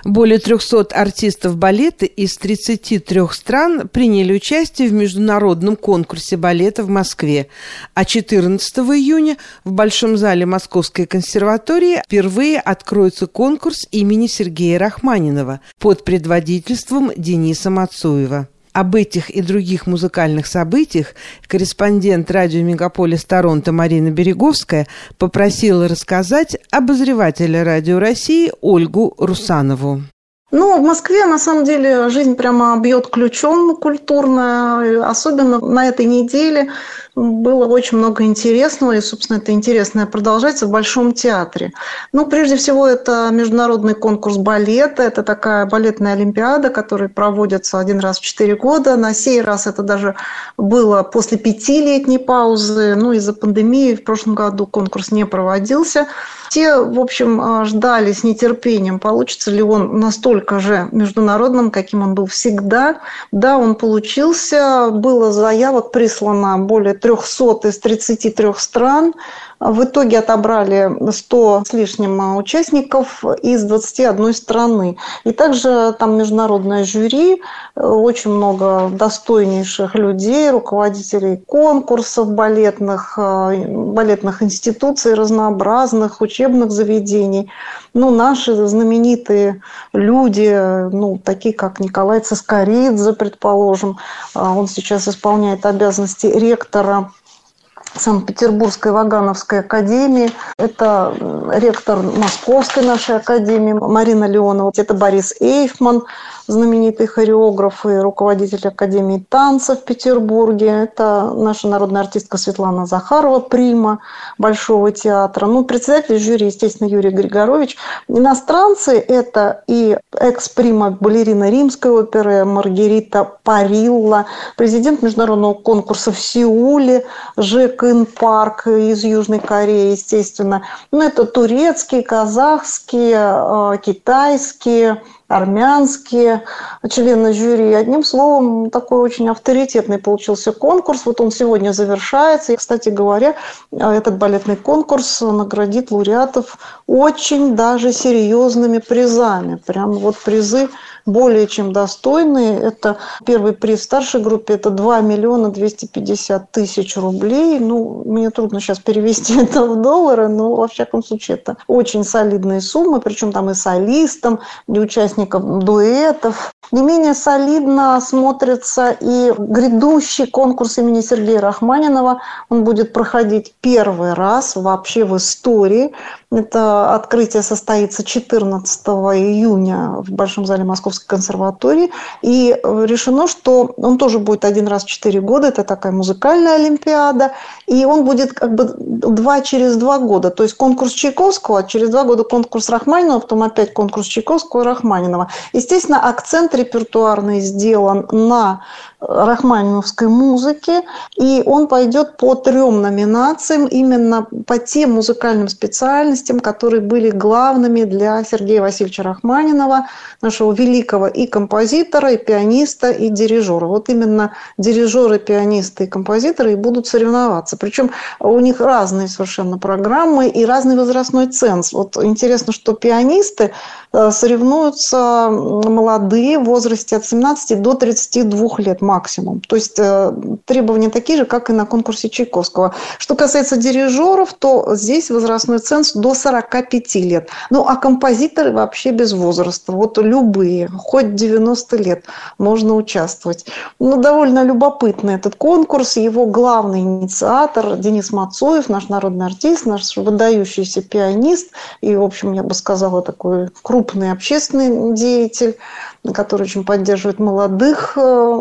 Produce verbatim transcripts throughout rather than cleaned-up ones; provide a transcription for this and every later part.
Более трехсот артистов балета из тридцати трёх стран приняли участие в международном конкурсе балета в Москве, а четырнадцатого июня в Большом зале Московской консерватории впервые откроется конкурс имени Сергея Рахманинова под предводительством Дениса Мацуева. Об этих и других музыкальных событиях корреспондент радио «Мегаполис Торонто» Марина Береговская попросила рассказать обозревателя Радио России Ольгу Русанову. Ну, в Москве, на самом деле, жизнь прямо бьет ключом культурно. Особенно на этой неделе было очень много интересного. И, собственно, это интересное продолжается в Большом театре. Ну, прежде всего, это международный конкурс балета. Это такая балетная олимпиада, которая проводится один раз в четыре года. На сей раз это даже было после пятилетней паузы. Ну, из-за пандемии в прошлом году конкурс не проводился. Все, в общем, ждали с нетерпением, получится ли он настолько же международным, каким он был всегда. Да, он получился. Было заявок прислано более трехсот из тридцати трёх стран. В итоге отобрали сто с лишним участников из двадцати одной страны. И также там международное жюри, очень много достойнейших людей, руководителей конкурсов балетных, балетных институций разнообразных, учебных заведений. Ну, наши знаменитые люди, ну, такие как Николай Цискоридзе, предположим, он сейчас исполняет обязанности ректора Санкт-Петербургской Вагановской академии. Это ректор Московской нашей академии Марина Леонова. Это Борис Эйфман, знаменитый хореограф и руководитель Академии танца в Петербурге. Это наша народная артистка Светлана Захарова, прима Большого театра. Ну, председатель жюри, естественно, Юрий Григорович. Иностранцы – это и экс-прима балерина Римской оперы Маргарита Парилла, президент международного конкурса в Сеуле Жек Ин Парк из Южной Кореи, естественно. Ну, это турецкие, казахские, китайские, армянские члены жюри. Одним словом, такой очень авторитетный получился конкурс. Вот он сегодня завершается. И, кстати говоря, этот балетный конкурс наградит лауреатов очень даже серьезными призами. Прям вот призы более чем достойные. Это первый приз в старшей группе, это два миллиона двести пятьдесят тысяч рублей. Ну, мне трудно сейчас перевести это в доллары, но, во всяком случае, это очень солидные суммы, причем там и солистам, и участникам дуэтов. Не менее солидно смотрится и грядущий конкурс имени Сергея Рахманинова. Он будет проходить первый раз вообще в истории. Это открытие состоится четырнадцатого июня в Большом зале Московской консерватории. И решено, что он тоже будет один раз в четыре года. Это такая музыкальная олимпиада. И он будет как бы два через два года. То есть конкурс Чайковского, а через два года конкурс Рахманинова, потом опять конкурс Чайковского и Рахманинова. Естественно, акцент репертуарный сделан на рахманиновской музыке. И он пойдет по трем номинациям, именно по тем музыкальным специальностям, которые были главными для Сергея Васильевича Рахманинова, нашего великого и композитора, и пианиста, и дирижера. Вот именно дирижеры, пианисты и композиторы и будут соревноваться. Причем у них разные совершенно программы и разный возрастной ценз. Вот интересно, что пианисты соревнуются молодые в возрасте от семнадцати до тридцати двух лет максимум. То есть требования такие же, как и на конкурсе Чайковского. Что касается дирижеров, то здесь возрастной ценз до сорока пяти лет. Ну, а композиторы вообще без возраста. Вот любые, хоть девяносто лет можно участвовать. Ну, довольно любопытный этот конкурс. Его главный инициатор Денис Мацуев, наш народный артист, наш выдающийся пианист и, в общем, я бы сказала, такой крупный общественный деятель, который очень поддерживает молодых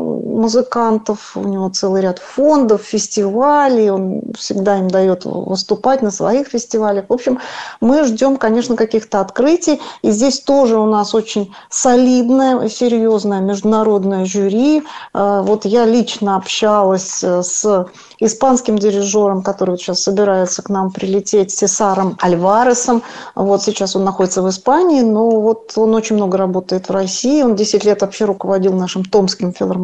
музыкантов. У него целый ряд фондов, фестивалей. Он всегда им дает выступать на своих фестивалях. В общем, мы ждем, конечно, каких-то открытий. И здесь тоже у нас очень солидное, серьезное международное жюри. Вот я лично общалась с испанским дирижером, который вот сейчас собирается к нам прилететь, Сесаром Альваресом. Вот сейчас он находится в Испании, но вот он очень много работает в России. Он десять лет вообще руководил нашим Томским филармоническим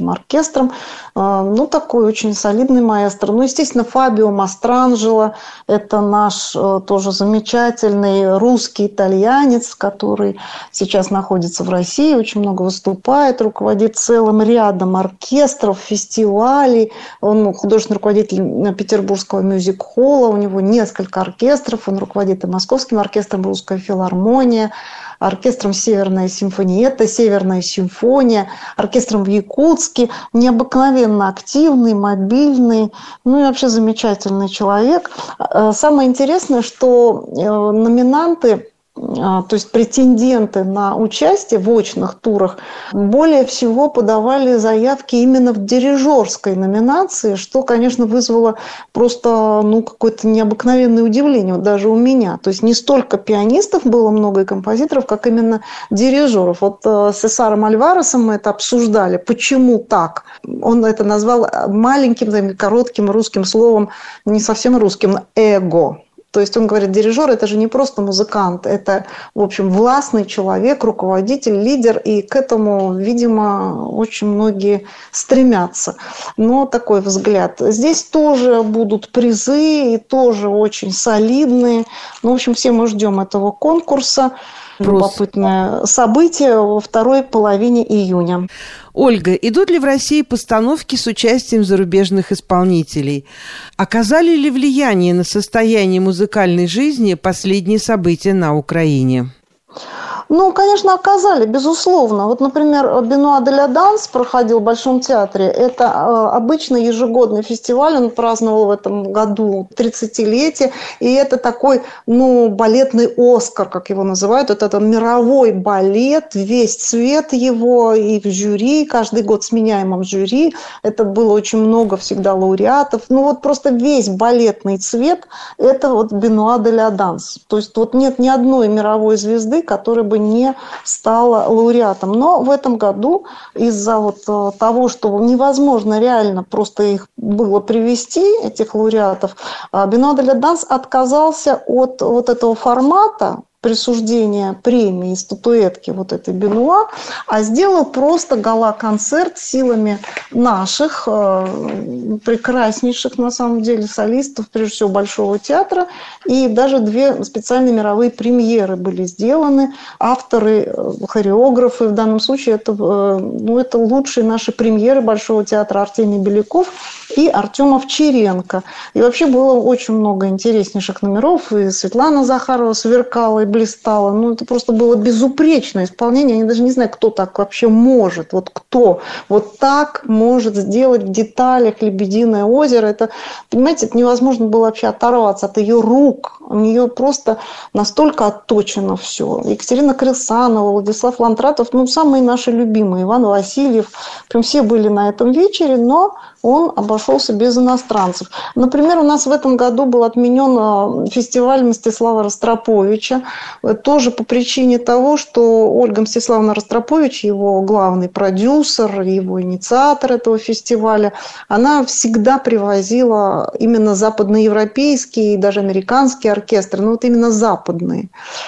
симфоническим оркестром. Ну, такой очень солидный маэстро. Ну, естественно, Фабио Мастранджело – это наш тоже замечательный русский итальянец, который сейчас находится в России, очень много выступает, руководит целым рядом оркестров, фестивалей. Он художественный руководитель Петербургского мюзик-холла, у него несколько оркестров, он руководит и Московским оркестром «Русская филармония», оркестром «Северная симфониетта», «Северная симфония», оркестром в Якутске. Необыкновенно активный, мобильный, ну и вообще замечательный человек. Самое интересное, что номинанты, то есть претенденты на участие в очных турах, более всего подавали заявки именно в дирижерской номинации, что, конечно, вызвало просто ну, какое-то необыкновенное удивление, вот даже у меня. То есть не столько пианистов было много и композиторов, как именно дирижеров. Вот с Сесаром Альваресом мы это обсуждали. Почему так? Он это назвал маленьким, коротким русским словом, не совсем русским, «эго». То есть он говорит, дирижер – это же не просто музыкант, это, в общем, властный человек, руководитель, лидер, и к этому, видимо, очень многие стремятся. Но такой взгляд. Здесь тоже будут призы, и тоже очень солидные. Ну, в общем, все мы ждем этого конкурса. Любопытное событие во второй половине июня. Ольга, идут ли в России постановки с участием зарубежных исполнителей? Оказали ли влияние на состояние музыкальной жизни последние события на Украине? Ну, конечно, оказали, безусловно. Вот, например, «Бенуа де ля Данс» проходил в Большом театре. Это обычный ежегодный фестиваль, он праздновал в этом году тридцатилетие. И это такой, ну, балетный «Оскар», как его называют. Это, это мировой балет, весь цвет его и в жюри, каждый год сменяемом жюри. Это было очень много всегда лауреатов. Ну, вот просто весь балетный цвет – это вот «Бенуа де ля Данс». То есть вот нет ни одной мировой звезды, которая бы не стала лауреатом. Но в этом году из-за вот того, что невозможно реально просто их было привести, этих лауреатов, Бенуа де ля Данс отказался от вот этого формата присуждения премии, статуэтки вот этой Бенуа, а сделал просто гала-концерт силами наших э, прекраснейших, на самом деле, солистов, прежде всего, Большого театра. И даже две специальные мировые премьеры были сделаны. Авторы, э, хореографы, в данном случае, это, э, ну, это лучшие наши премьеры Большого театра Артемий Беляков и Артем Овчаренко. И вообще было очень много интереснейших номеров. И Светлана Захарова сверкала и блистала. Ну, это просто было безупречное исполнение. Я даже не знаю, кто так вообще может. Вот кто вот так может сделать в деталях «Лебединое озеро». Это, понимаете, это невозможно было вообще оторваться от ее рук. У нее просто настолько отточено все. Екатерина Крысанова, Владислав Лантратов, ну, самые наши любимые. Иван Васильев. Прям все были на этом вечере, но он обошелся без иностранцев. Например, у нас в этом году был отменен фестиваль Мстислава Ростроповича. Тоже по причине того, что Ольга Мстиславовна Ростропович, его главный продюсер, его инициатор этого фестиваля, она всегда привозила именно западноевропейские и даже американские оркестры, ну вот именно западные.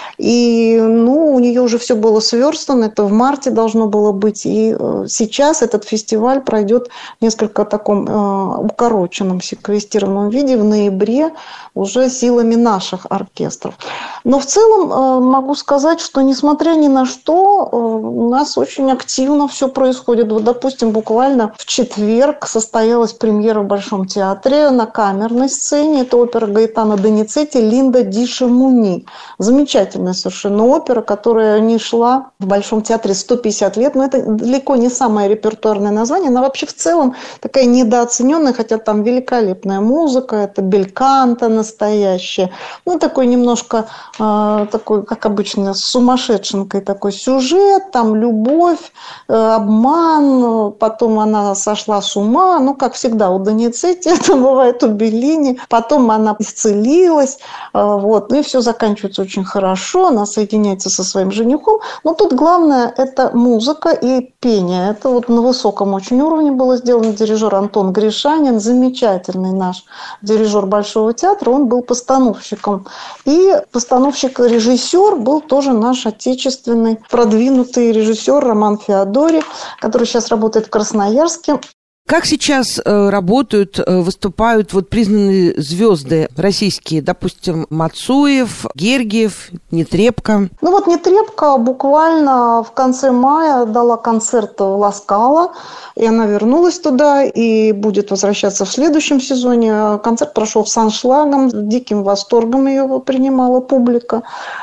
И ну, у нее уже все было сверстано, это в марте должно было быть. И сейчас этот фестиваль пройдет несколько так укороченном, секвестированном виде в ноябре уже силами наших оркестров. Но в целом могу сказать, что несмотря ни на что, у нас очень активно все происходит. Вот, допустим, буквально в четверг состоялась премьера в Большом театре на камерной сцене. Это опера Гаэтано Доницетти «Линда ди Шамуни». Замечательная совершенно опера, которая не шла в Большом театре сто пятьдесят лет. Но это далеко не самое репертуарное название. Она вообще в целом такая недооцененная, хотя там великолепная музыка, это бельканто настоящее. Ну, такой немножко, э, такой, как обычно, с сумасшедшенкой такой сюжет, там любовь, э, обман, потом она сошла с ума, ну, как всегда у Доницетти, это бывает у Беллини, потом она исцелилась, э, вот, ну, и все заканчивается очень хорошо, она соединяется со своим женихом, но тут главное это музыка и пение, это вот на высоком очень уровне было сделано. Дирижер Антон Гришанин, замечательный наш дирижер Большого театра, он был постановщиком. И постановщик режиссер был тоже наш отечественный продвинутый режиссер Роман Феодори, который сейчас работает в Красноярске. Как сейчас э, работают, э, выступают вот признанные звезды российские, допустим, Мацуев, Гергиев, Нетребко? Ну вот Нетребко буквально в конце мая дала концерт в Ла Скала, и она вернулась туда и будет возвращаться в следующем сезоне. Концерт прошел с аншлагом, с диким восторгом ее принимала публика.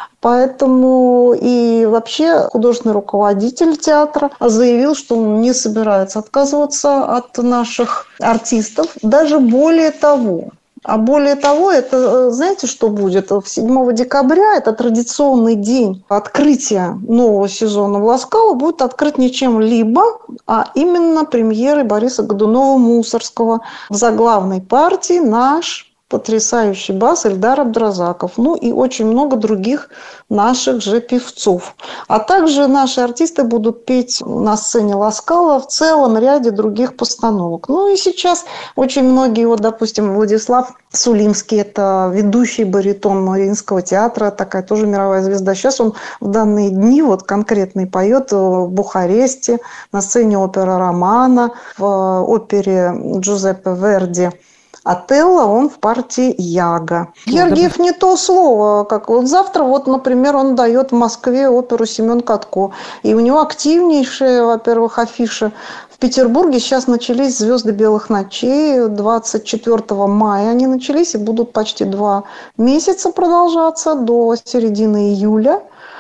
Поэтому и вообще художественный руководитель театра заявил, что он не собирается отказываться от наших артистов. Даже более того, а более того, это, знаете, что будет? седьмого декабря, это традиционный день открытия нового сезона в Ла Скала, будет открыт не чем-либо, а именно премьерой Бориса Годунова-Мусоргского в заглавной партии «Наш потрясающий бас» Эльдар Абдразаков, ну и очень много других наших же певцов. А также наши артисты будут петь на сцене Ла Скала в целом ряде других постановок. Ну и сейчас очень многие, вот, допустим, Владислав Сулимский, это ведущий баритон Мариинского театра, такая тоже мировая звезда. Сейчас он в данные дни вот конкретно поет в Бухаресте, на сцене опера Романа, в опере Джузеппе Верди Отелло, он в партии Яга. Гергиев не то слово. Как вот завтра, вот, например, он дает в Москве оперу Семен Катко. И у него активнейшие, во-первых, афиши. В Петербурге сейчас начались «Звезды белых ночей». двадцать четвёртого мая они начались и будут почти два месяца продолжаться до середины июля.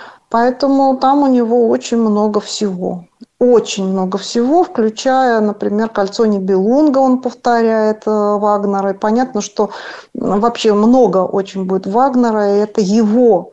Поэтому там у него очень много всего. Очень много всего, включая, например, «Кольцо Нибелунга», он повторяет Вагнера. И понятно, что вообще много очень будет Вагнера, и это его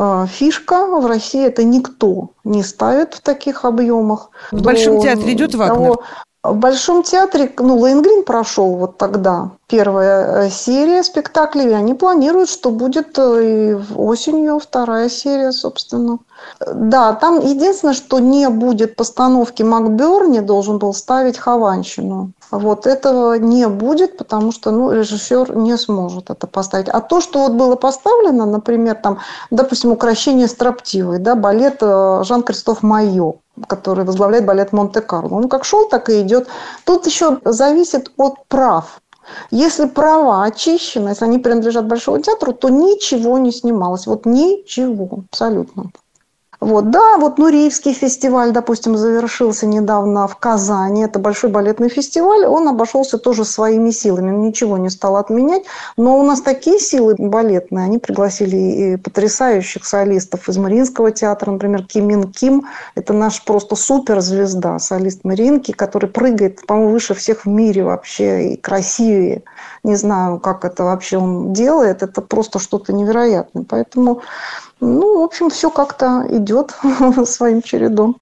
фишка. В России это никто не ставит в таких объемах. В Большом театре идет Вагнер? Того... В Большом театре, ну, Лоенгрин прошел вот тогда первая серия спектаклей, и они планируют, что будет и осенью вторая серия, собственно. Да, там единственное, что не будет постановки Макберни, должен был ставить Хованщину. Вот этого не будет, потому что, ну, режиссер не сможет это поставить. А то, что вот было поставлено, например, там, допустим, «Укрощение строптивой», да, балет Жан-Кристоф Майо, который возглавляет балет Монте-Карло. Он как шел, так и идет. Тут еще зависит от прав. Если права очищены, если они принадлежат Большому театру, то ничего не снималось. Вот ничего, абсолютно. Вот, да, вот Нуриевский фестиваль, допустим, завершился недавно в Казани. Это большой балетный фестиваль. Он обошелся тоже своими силами. Ничего не стал отменять. Но у нас такие силы балетные. Они пригласили и потрясающих солистов из Мариинского театра. Например, Ким Мин Ким. Это наш просто суперзвезда, солист Мариинки, который прыгает, по-моему, выше всех в мире вообще и красивее. Не знаю, как это вообще он делает. Это просто что-то невероятное. Поэтому... Ну, в общем, все как-то идет своим чередом.